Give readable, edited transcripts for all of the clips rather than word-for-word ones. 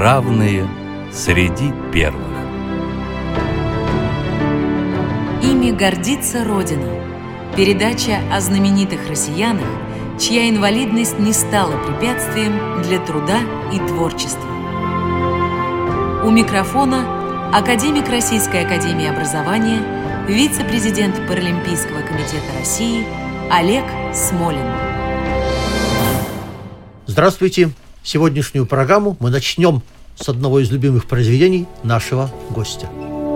равные среди первых. Ими гордится Родина. Передача о знаменитых россиянах, чья инвалидность не стала препятствием для труда и творчества. У микрофона академик Российской академии образования, вице-президент Паралимпийского комитета России Олег Смолин. Здравствуйте! Сегодняшнюю программу мы начнем с одного из любимых произведений нашего гостя.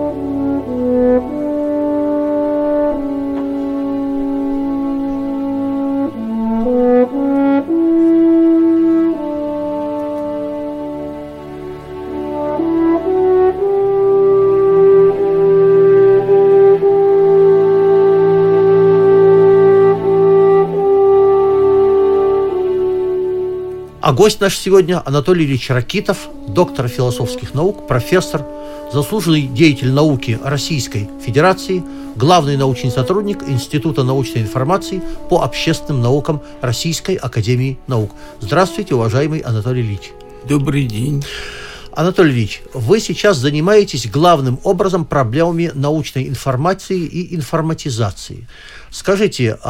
А гость наш сегодня Анатолий Ильич Ракитов, доктор философских наук, профессор, заслуженный деятель науки Российской Федерации, главный научный сотрудник Института научной информации по общественным наукам Российской Академии Наук. Здравствуйте, уважаемый Анатолий Ильич. Добрый день. Анатолий Ильич, вы сейчас занимаетесь главным образом проблемами научной информации и информатизации. Скажите,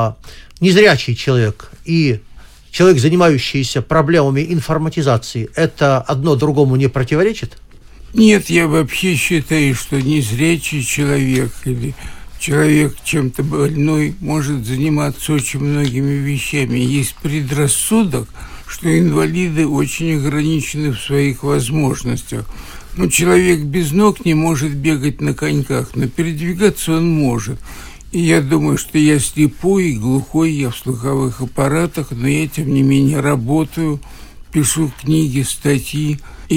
незрячий человек и человек, занимающийся проблемами информатизации, это одно другому не противоречит? Нет, я вообще считаю, что незрячий человек или человек чем-то больной может заниматься очень многими вещами. Есть предрассудок, что инвалиды очень ограничены в своих возможностях. Но человек без ног не может бегать на коньках, но передвигаться он может. И я думаю, что я слепой и глухой, я в слуховых аппаратах, но я, тем не менее, работаю, пишу книги, статьи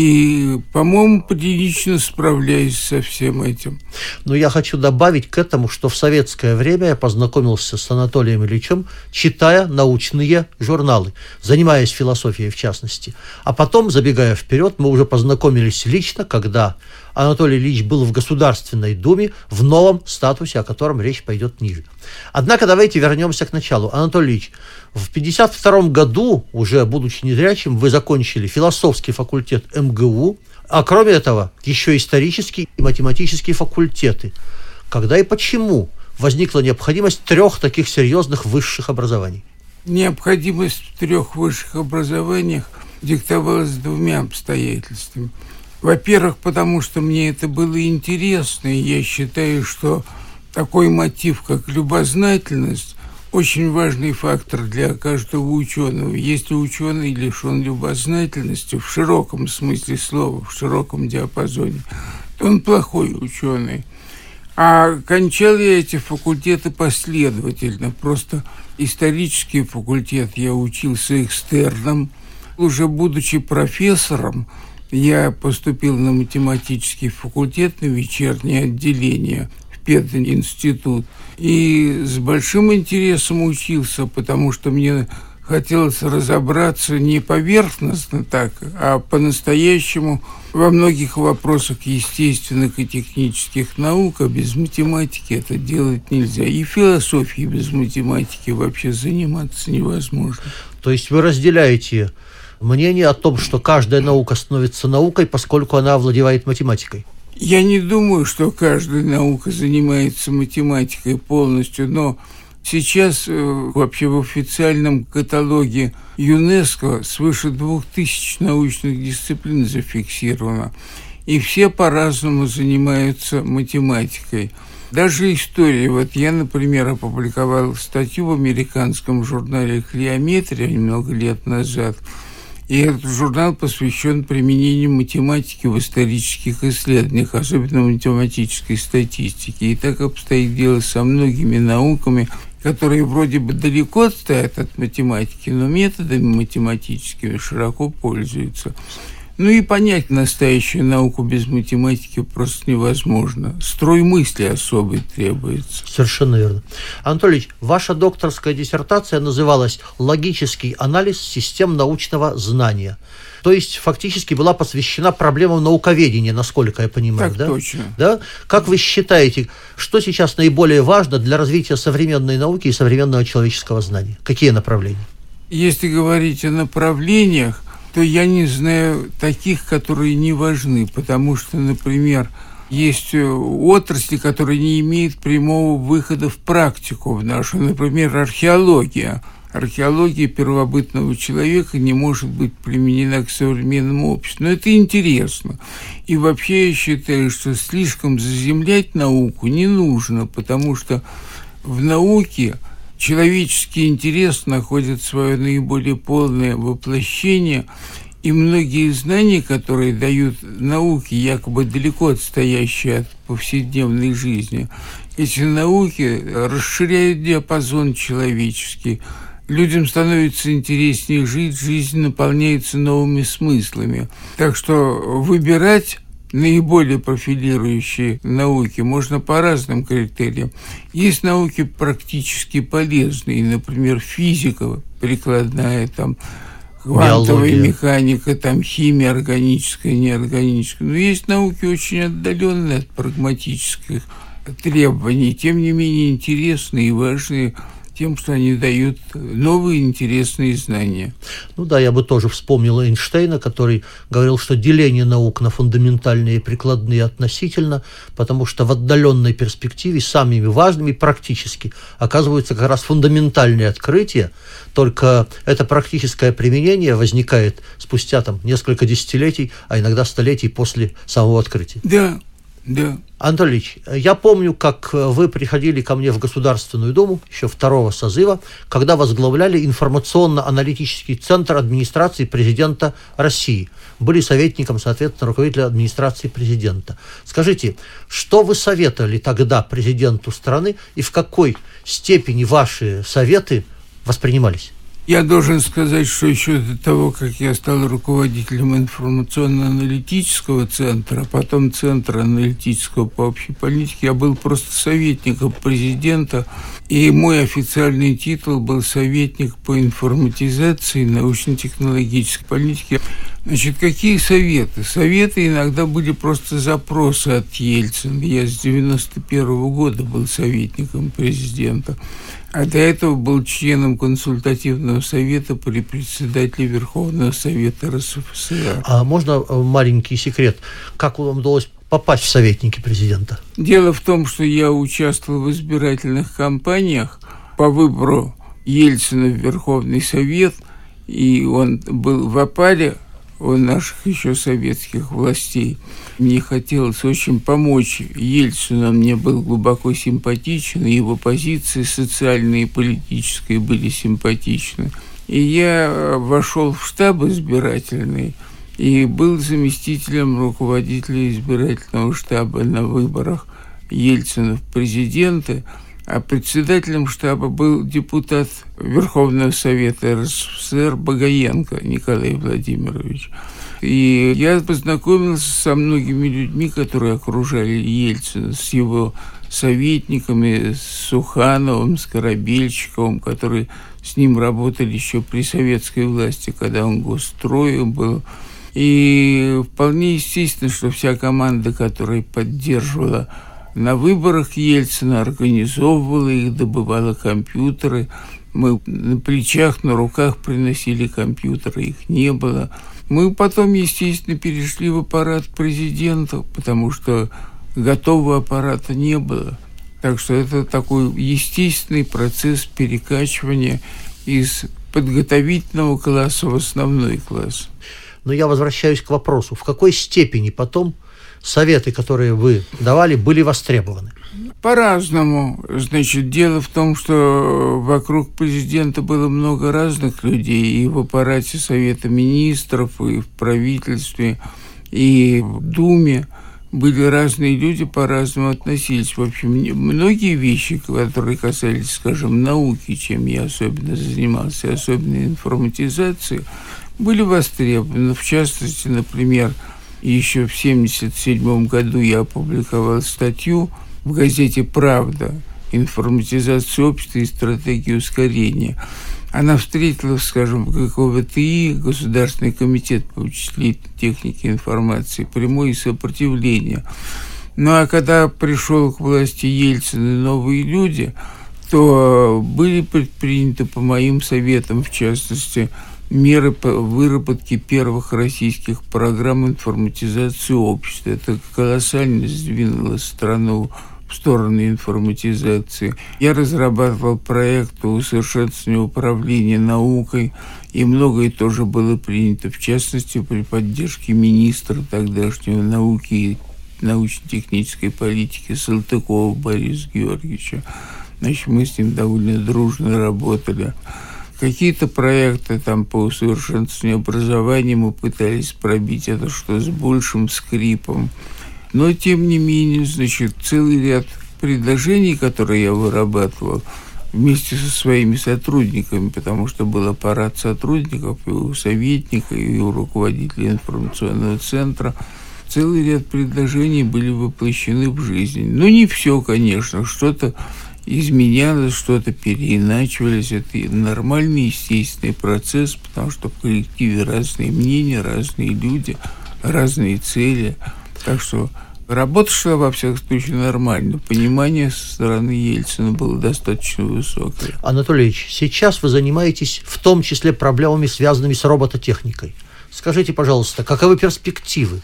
и, по-моему, прилично справляюсь со всем этим. Но я хочу добавить к этому, что в советское время я познакомился с Анатолием Ильичем, читая научные журналы, занимаясь философией в частности. А потом, забегая вперед, мы уже познакомились лично, когда Анатолий Ильич был в Государственной Думе в новом статусе, о котором речь пойдет ниже. Однако давайте вернемся к началу. Анатолий Ильич, в 1952 году, уже будучи незрячим, вы закончили философский факультет МГУ, а кроме этого еще исторический и математический факультеты. Когда и почему возникла необходимость 3 таких серьезных высших образований? Необходимость в 3 высших образованиях диктовалась 2 обстоятельствами. Во-первых, потому что мне это было интересно, и я считаю, что такой мотив, как любознательность, очень важный фактор для каждого ученого. Если ученый лишен любознательности в широком смысле слова, в широком диапазоне, то он плохой ученый. А кончал я эти факультеты последовательно. Просто исторический факультет я учился экстерном. Уже будучи профессором, я поступил на математический факультет, на вечернее отделение в пединститут. И с большим интересом учился, потому что мне хотелось разобраться не поверхностно так, а по-настоящему во многих вопросах естественных и технических наук, а без математики это делать нельзя. И философией без математики вообще заниматься невозможно. То есть вы разделяете мнение о том, что каждая наука становится наукой, поскольку она овладевает математикой? Я не думаю, что каждая наука занимается математикой полностью, но сейчас вообще в официальном каталоге ЮНЕСКО свыше 2000 научных дисциплин зафиксировано, и все по-разному занимаются математикой. Даже история. Вот я, например, опубликовал статью в американском журнале «Клеометрия» много лет назад. И этот журнал посвящен применению математики в исторических исследованиях, особенно в математической статистике. И так обстоит дело со многими науками, которые вроде бы далеко стоят от математики, но методами математическими широко пользуются. Ну и понять настоящую науку без математики просто невозможно. Строй мысли особый требуется. Совершенно верно. Анатолий Ильич, ваша докторская диссертация называлась «Логический анализ систем научного знания». То есть фактически была посвящена проблемам науковедения, насколько я понимаю. Так да? Точно. Да? Как вы считаете, что сейчас наиболее важно для развития современной науки и современного человеческого знания? Какие направления? Если говорить о направлениях, то я не знаю таких, которые не важны, потому что, например, есть отрасли, которые не имеют прямого выхода в практику в нашу, например, археология. Археология первобытного человека не может быть применена к современному обществу. Но это интересно. И вообще я считаю, что слишком заземлять науку не нужно, потому что в науке человеческий интерес находит свое наиболее полное воплощение, и многие знания, которые дают науки, якобы далеко отстоящие от повседневной жизни, эти науки расширяют диапазон человеческий. Людям становится интереснее жить, жизнь наполняется новыми смыслами. Так что выбирать наиболее профилирующие науки можно по разным критериям. Есть науки практически полезные, например, физика прикладная, там, квантовая механика, там, химия органическая, неорганическая. Но есть науки очень отдаленные от прагматических требований, тем не менее интересные и важные тем, что они дают новые интересные знания. Ну да, я бы тоже вспомнил Эйнштейна, который говорил, что деление наук на фундаментальные и прикладные относительно, потому что в отдаленной перспективе самыми важными практически оказываются как раз фундаментальные открытия, только это практическое применение возникает спустя там несколько десятилетий, а иногда столетий после самого открытия. Да. Да. Анатолий Ильич, я помню, как вы приходили ко мне в Государственную Думу еще второго созыва, когда возглавляли информационно-аналитический центр администрации президента России. Были советником, соответственно, руководителя администрации президента. Скажите, что вы советовали тогда президенту страны и в какой степени ваши советы воспринимались? Я должен сказать, что еще до того, как я стал руководителем информационно-аналитического центра, а потом Центра аналитического по общей политике, я был просто советником президента, и мой официальный титул был советник по информатизации научно-технологической политики. Значит, какие советы? Советы иногда были просто запросы от Ельцина. Я с 91 года был советником президента. А до этого был членом консультативного совета при председателе Верховного Совета РСФСР. А можно маленький секрет? Как вам удалось попасть в советники президента? Дело в том, что я участвовал в избирательных кампаниях по выбору Ельцина в Верховный Совет, и он был в опале у наших еще советских властей. Мне хотелось очень помочь Ельцину, он мне был глубоко симпатичен, и его позиции социальные и политические были симпатичны. И я вошел в штаб избирательный и был заместителем руководителя избирательного штаба на выборах Ельцина в президенты, а председателем штаба был депутат Верховного Совета РСФСР Багаенко Николай Владимирович. И я познакомился со многими людьми, которые окружали Ельцина, с его советниками, с Сухановым, с Корабельчиковым, которые с ним работали еще при советской власти, когда он госстроем был. И вполне естественно, что вся команда, которая поддерживала на выборах Ельцина, организовывала их, добывала компьютеры. Мы на плечах, на руках приносили компьютеры, их не было. Мы потом, естественно, перешли в аппарат президента, потому что готового аппарата не было. Так что это такой естественный процесс перекачивания из подготовительного класса в основной класс. Но я возвращаюсь к вопросу, в какой степени потом советы, которые вы давали, были востребованы? По-разному. Значит, дело в том, что вокруг президента было много разных людей, и в аппарате Совета Министров, и в правительстве, и в Думе были разные люди, по-разному относились. В общем, многие вещи, которые касались, скажем, науки, чем я особенно занимался, особенно информатизацией, были востребованы. В частности, например, еще в 1977 году я опубликовал статью в газете «Правда» «Информатизация общества и стратегия ускорения». Она встретила, скажем, в ГКВТИ, Государственный комитет по вычислительной технике информации, прямое сопротивление. Ну а когда пришел к власти Ельцин и новые люди, то были предприняты по моим советам, в частности, меры по выработке первых российских программ информатизации общества. Это колоссально сдвинуло страну в сторону информатизации. Я разрабатывал проект по усовершенствованию управления наукой, и многое тоже было принято, в частности, при поддержке министра тогдашнего науки и научно-технической политики Салтыкова Бориса Георгиевича. Значит, мы с ним довольно дружно работали. Какие-то проекты там по усовершенствованию образования мы пытались пробить это что с большим скрипом. Но, тем не менее, значит, целый ряд предложений, которые я вырабатывал вместе со своими сотрудниками, потому что был аппарат сотрудников и у советника, и у руководителя информационного центра, целый ряд предложений были воплощены в жизнь. Но не все, конечно, что-то изменялось, что-то переиначивалось. Это нормальный, естественный процесс, потому что в коллективе разные мнения, разные люди, разные цели. Так что работа шла, во всяком случае, нормально. Понимание со стороны Ельцина было достаточно высокое. Анатолий Ильич, сейчас вы занимаетесь в том числе проблемами, связанными с робототехникой. Скажите, пожалуйста, каковы перспективы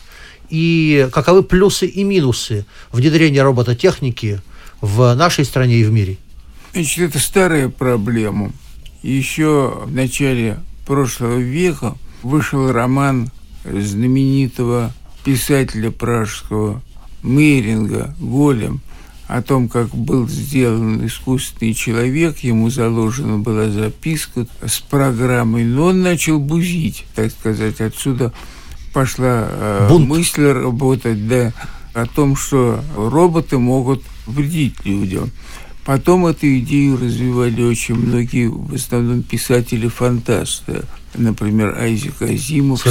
и каковы плюсы и минусы внедрения робототехники в нашей стране и в мире? Значит, это старая проблема. Еще в начале прошлого века вышел роман знаменитого писателя пражского Мейринга «Голем» о том, как был сделан искусственный человек, ему заложена была записка с программой, но он начал бузить, так сказать. Отсюда пошла мысль работать, да, о том, что роботы могут вредить людям. Потом эту идею развивали очень многие, в основном писатели-фантасты. Например, Айзек Азимов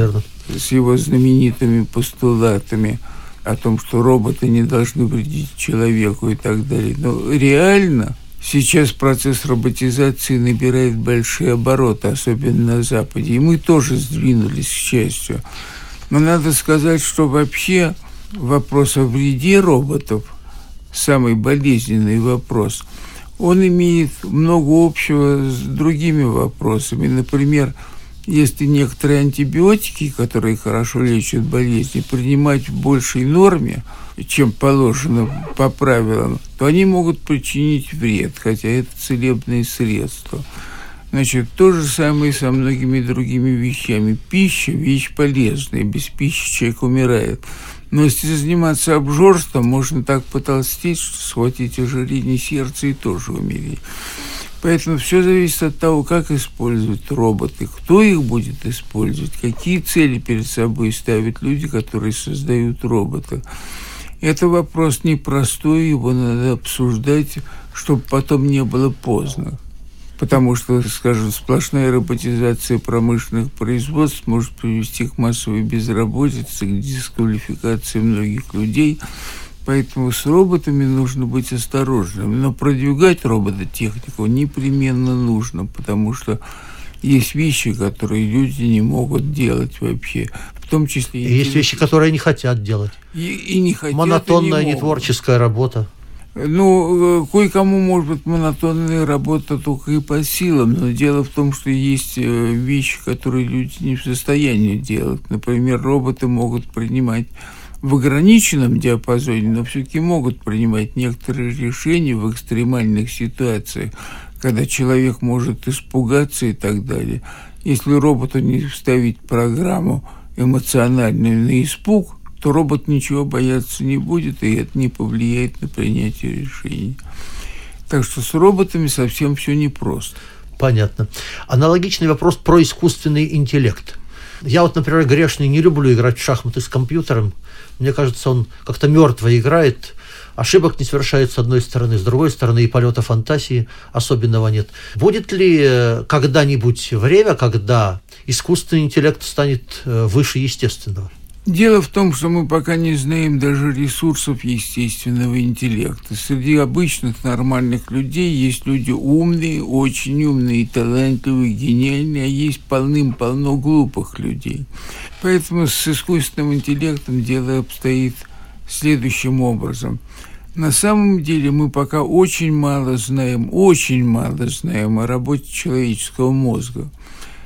с его знаменитыми постулатами о том, что роботы не должны вредить человеку и так далее. Но реально сейчас процесс роботизации набирает большие обороты, особенно на Западе. И мы тоже сдвинулись, к счастью. Но надо сказать, что вообще вопрос о вреде роботов, самый болезненный вопрос, он имеет много общего с другими вопросами. Например, если некоторые антибиотики, которые хорошо лечат болезни, принимать в большей норме, чем положено по правилам, то они могут причинить вред, хотя это целебные средства. Значит, то же самое со многими другими вещами. Пища – вещь полезная, без пищи человек умирает. Но если заниматься обжорством, можно так потолстеть, что схватить ожирение сердца и тоже умереть. Поэтому все зависит от того, как используют роботы, кто их будет использовать, какие цели перед собой ставят люди, которые создают робота. Это вопрос непростой, его надо обсуждать, чтобы потом не было поздно. Потому что, скажем, сплошная роботизация промышленных производств может привести к массовой безработице, к дисквалификации многих людей. Поэтому с роботами нужно быть осторожным. Но продвигать робототехнику непременно нужно, потому что есть вещи, которые люди не могут делать вообще. В том числе... Есть вещи, которые не хотят делать. И не хотят, монотонная, и не нетворческая работа. Ну, кое-кому, может быть, монотонная работа только и по силам, но дело в том, что есть вещи, которые люди не в состоянии делать. Например, роботы могут принимать в ограниченном диапазоне, но все-таки могут принимать некоторые решения в экстремальных ситуациях, когда человек может испугаться и так далее. Если роботу не вставить программу эмоциональную на испуг, то робот ничего бояться не будет, и это не повлияет на принятие решений. Так что с роботами совсем все непросто. Понятно. Аналогичный вопрос про искусственный интеллект. Я вот, например, грешный, не люблю играть в шахматы с компьютером. Мне кажется, он как-то мертво играет. Ошибок не совершает с одной стороны, с другой стороны и полета фантазии особенного нет. Будет ли когда-нибудь время, когда искусственный интеллект станет выше естественного? Дело в том, что мы пока не знаем даже ресурсов естественного интеллекта. Среди обычных нормальных людей есть люди умные, очень умные, талантливые, гениальные, а есть полным-полно глупых людей. Поэтому с искусственным интеллектом дело обстоит следующим образом. На самом деле мы пока очень мало знаем о работе человеческого мозга.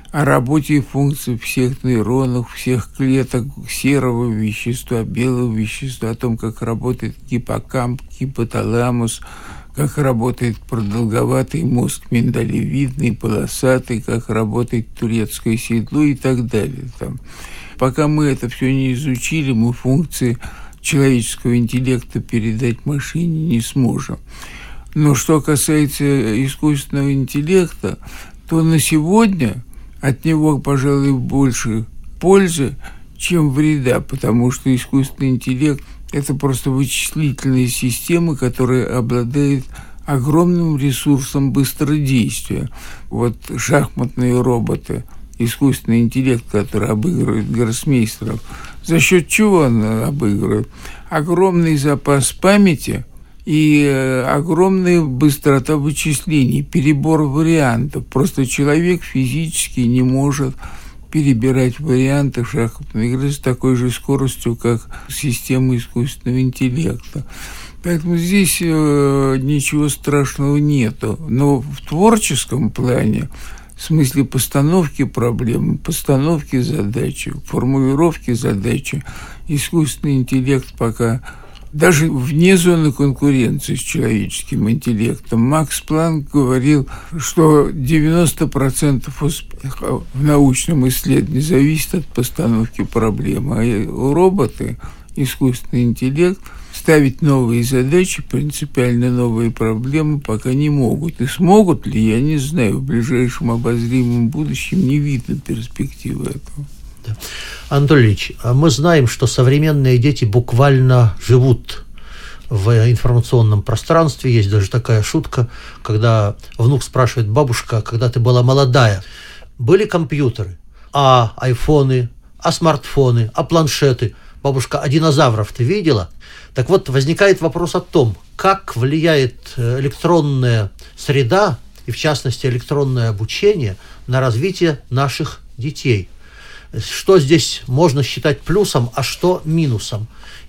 о работе и функции всех нейронов, всех клеток серого вещества, белого вещества, о том, как работает гиппокамп, гипоталамус, как работает продолговатый мозг, миндалевидный, полосатый, как работает турецкое седло и так далее. Пока мы это все не изучили, мы функции человеческого интеллекта передать машине не сможем. Но что касается искусственного интеллекта, то на сегодня от него, пожалуй, больше пользы, чем вреда, потому что искусственный интеллект – это просто вычислительная система, которая обладает огромным ресурсом быстродействия. Вот шахматные роботы, искусственный интеллект, который обыгрывает гроссмейстеров. За счет чего он обыгрывает? Огромный запас памяти и огромная быстрота вычислений, перебор вариантов. Просто человек физически не может перебирать варианты шахматной игры с такой же скоростью, как система искусственного интеллекта. Поэтому здесь ничего страшного нету. Но в творческом плане, в смысле постановки проблемы, постановки задачи, формулировки задачи, искусственный интеллект пока даже вне зоны конкуренции с человеческим интеллектом. Макс Планк говорил, что 90% успеха в научном исследовании зависит от постановки проблемы. А роботы, искусственный интеллект, ставить новые задачи, принципиально новые проблемы пока не могут. И смогут ли, я не знаю. В ближайшем обозримом будущем не видно перспективы этого. Анатолий Ильич, мы знаем, что современные дети буквально живут в информационном пространстве. Есть даже такая шутка, когда внук спрашивает: бабушка, когда ты была молодая, были компьютеры, айфоны, смартфоны, планшеты? Бабушка, динозавров ты видела? Так вот, возникает вопрос о том, как влияет электронная среда, и в частности электронное обучение, на развитие наших детей. Что здесь можно считать плюсом, а что минусом?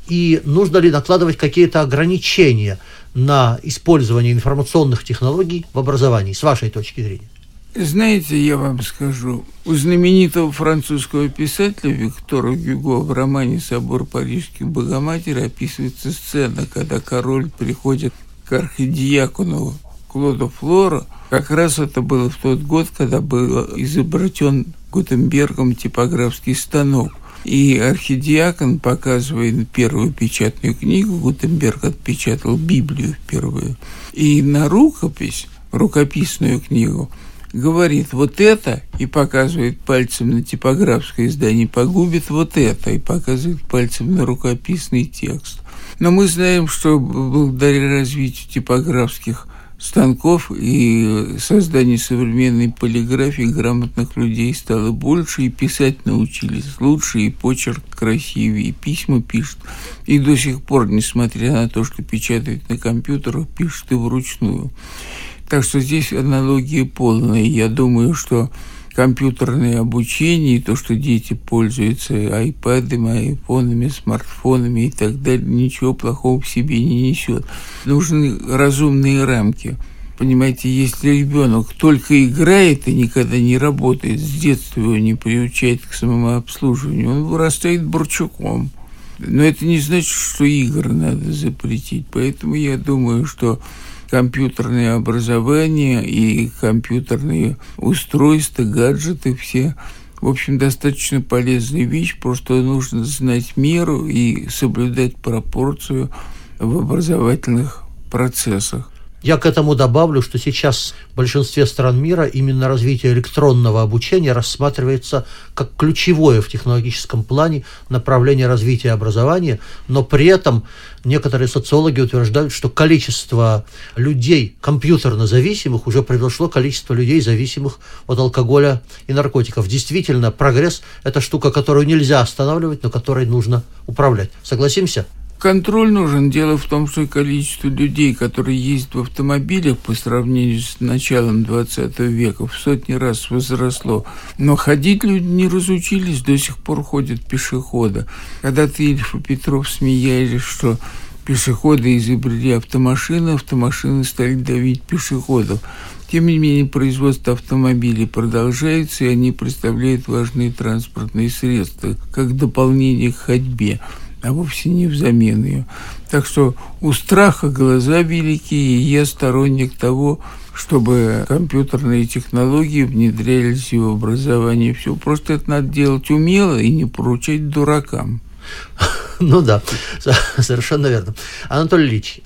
И нужно ли накладывать какие-то ограничения на использование информационных технологий в образовании, с вашей точки зрения? Знаете, я вам скажу, у знаменитого французского писателя Виктора Гюго в романе «Собор Парижских Богоматери» описывается сцена, когда король приходит к архидиакону Клоду Флора. Как раз это было в тот год, когда был изобретен Гутенбергом типографский станок. И архидиакон показывает первую печатную книгу, Гутенберг отпечатал Библию впервые, и на рукопись, рукописную книгу, говорит: вот это, и показывает пальцем на типографское издание, погубит вот это, и показывает пальцем на рукописный текст. Но мы знаем, что благодаря развитию типографских станков и созданию современной полиграфии грамотных людей стало больше, и писать научились лучше, и почерк красивее, и письма пишут. И до сих пор, несмотря на то, что печатают на компьютерах, пишут и вручную. Так что здесь аналогия полная. Я думаю, что компьютерное обучение, то, что дети пользуются айпадами, айфонами, смартфонами и так далее, ничего плохого в себе не несет. Нужны разумные рамки. Понимаете, если ребенок только играет и никогда не работает, с детства его не приучает к самообслуживанию, он вырастает Борчуком. Но это не значит, что игры надо запретить. Поэтому я думаю, что компьютерное образование и компьютерные устройства, гаджеты все, в общем, достаточно полезная вещь, просто нужно знать меру и соблюдать пропорцию в образовательных процессах. Я к этому добавлю, что сейчас в большинстве стран мира именно развитие электронного обучения рассматривается как ключевое в технологическом плане направление развития образования, но при этом некоторые социологи утверждают, что количество людей компьютерно зависимых уже превзошло количество людей, зависимых от алкоголя и наркотиков. Действительно, прогресс – это штука, которую нельзя останавливать, но которой нужно управлять. Согласимся? Контроль нужен. Дело в том, что количество людей, которые ездят в автомобилях по сравнению с началом 20 века, в сотни раз возросло. Но ходить люди не разучились, до сих пор ходят пешеходы. Когда-то Ильф и Петров смеялись, что пешеходы изобрели автомашины, автомашины стали давить пешеходов. Тем не менее, производство автомобилей продолжается, и они представляют важные транспортные средства, как дополнение к ходьбе, а вовсе не взамен ее. Так что у страха глаза великие, и я сторонник того, чтобы компьютерные технологии внедрялись в образование. Все просто это надо делать умело и не поручать дуракам. Ну да, совершенно верно. Анатолий Ильич,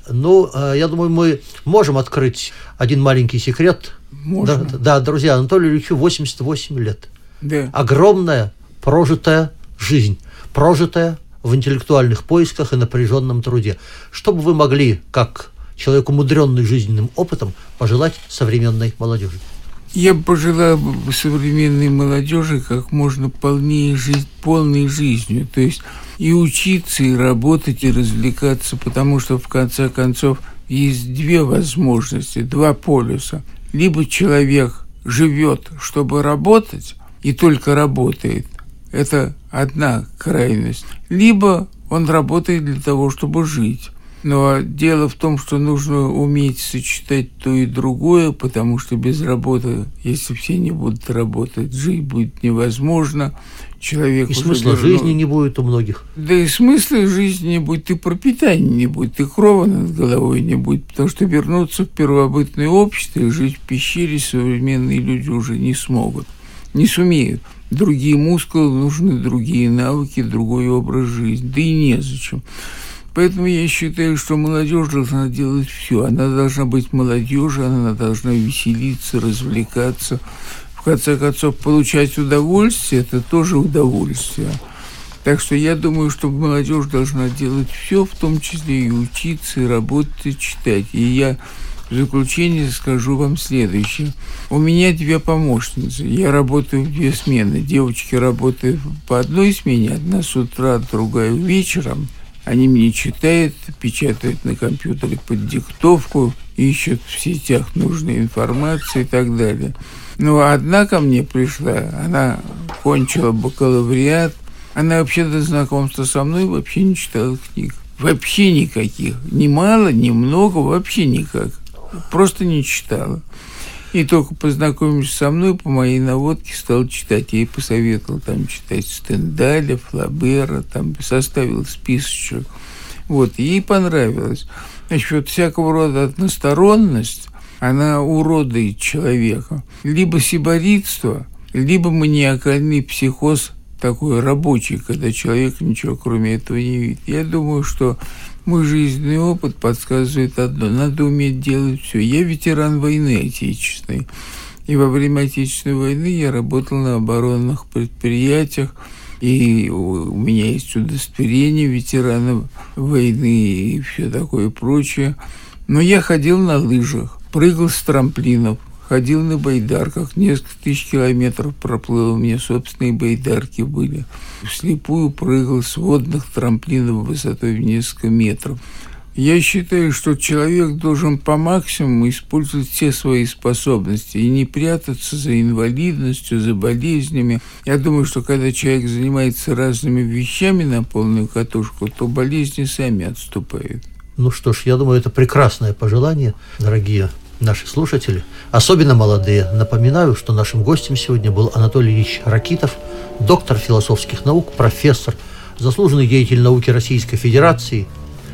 я думаю, мы можем открыть один маленький секрет. Можно. Да, друзья, Анатолию Ильичу 88 лет. Да. Огромная прожитая жизнь, прожитая в интеллектуальных поисках и напряженном труде. Что бы вы могли, как человек, умудренный жизненным опытом, пожелать современной молодежи? Я бы пожелал современной молодежи как можно полнее жить полной жизнью, то есть и учиться, и работать, и развлекаться, потому что, в конце концов, есть две возможности, два полюса. Либо человек живет, чтобы работать, и только работает. Это одна крайность. Либо он работает для того, чтобы жить. Но дело в том, что нужно уметь сочетать то и другое, потому что без работы, если все не будут работать, жить будет невозможно. Человек и смысла жизни не будет у многих. Да и смысла жизни не будет, и пропитания не будет, и крова над головой не будет, потому что вернуться в первобытное общество и жить в пещере современные люди уже не смогут, не сумеют. Другие мускулы нужны, другие навыки, другой образ жизни, да и незачем. Поэтому я считаю, что молодежь должна делать все. Она должна быть молодежью, она должна веселиться, развлекаться. В конце концов, получать удовольствие – это тоже удовольствие. Так что я думаю, что молодежь должна делать все, в том числе и учиться, и работать, и читать. И я в заключение скажу вам следующее. У меня 2 помощницы. Я работаю в 2 смены. Девочки работают по одной смене, одна с утра, другая вечером. Они мне читают, печатают на компьютере под диктовку, ищут в сетях нужной информации и так далее. Но одна ко мне пришла, она кончила бакалавриат, она вообще до знакомства со мной вообще не читала книг. Вообще никаких. Ни мало, ни много, вообще никак. Просто не читала. И только познакомившись со мной, по моей наводке стал читать. Я ей посоветовал там читать Стендаля, Флабера, там составил списочек. Вот, ей понравилось. Значит, вот всякого рода односторонность, она уродует человека. Либо сиборитство, либо маниакальный психоз такой рабочий, когда человек ничего кроме этого не видит. Я думаю, что мой жизненный опыт подсказывает одно. Надо уметь делать все. Я ветеран войны отечественной. И во время Отечественной войны я работал на оборонных предприятиях. И у меня есть удостоверение ветерана войны и все такое прочее. Но я ходил на лыжах, прыгал с трамплинов, ходил на байдарках, несколько тысяч километров проплыл, у меня собственные байдарки были. Вслепую прыгал с водных трамплинов высотой в несколько метров. Я считаю, что человек должен по максимуму использовать все свои способности и не прятаться за инвалидностью, за болезнями. Я думаю, что когда человек занимается разными вещами на полную катушку, то болезни сами отступают. Ну что ж, я думаю, это прекрасное пожелание, дорогие наши слушатели, особенно молодые. Напоминаю, что нашим гостем сегодня был Анатолий Ильич Ракитов, доктор философских наук, профессор, заслуженный деятель науки Российской Федерации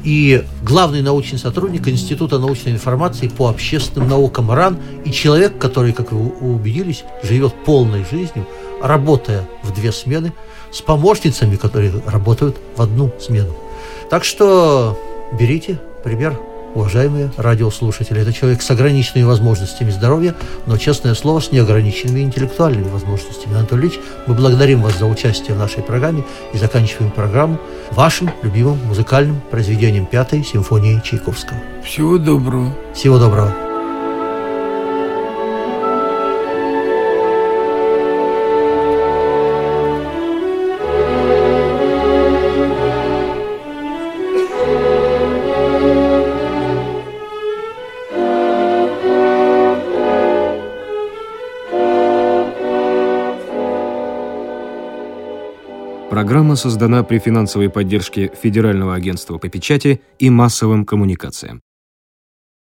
и главный научный сотрудник Института научной информации по общественным наукам РАН, и человек, который, как вы убедились, живет полной жизнью, работая в 2 смены, с помощницами, которые работают в 1 смену. Так что берите пример, уважаемые радиослушатели. Это человек с ограниченными возможностями здоровья, но, честное слово, с неограниченными интеллектуальными возможностями. Анатолий Ильич, мы благодарим вас за участие в нашей программе и заканчиваем программу вашим любимым музыкальным произведением 5-й симфонии Чайковского. Всего доброго. Всего доброго. Программа создана при финансовой поддержке Федерального агентства по печати и массовым коммуникациям.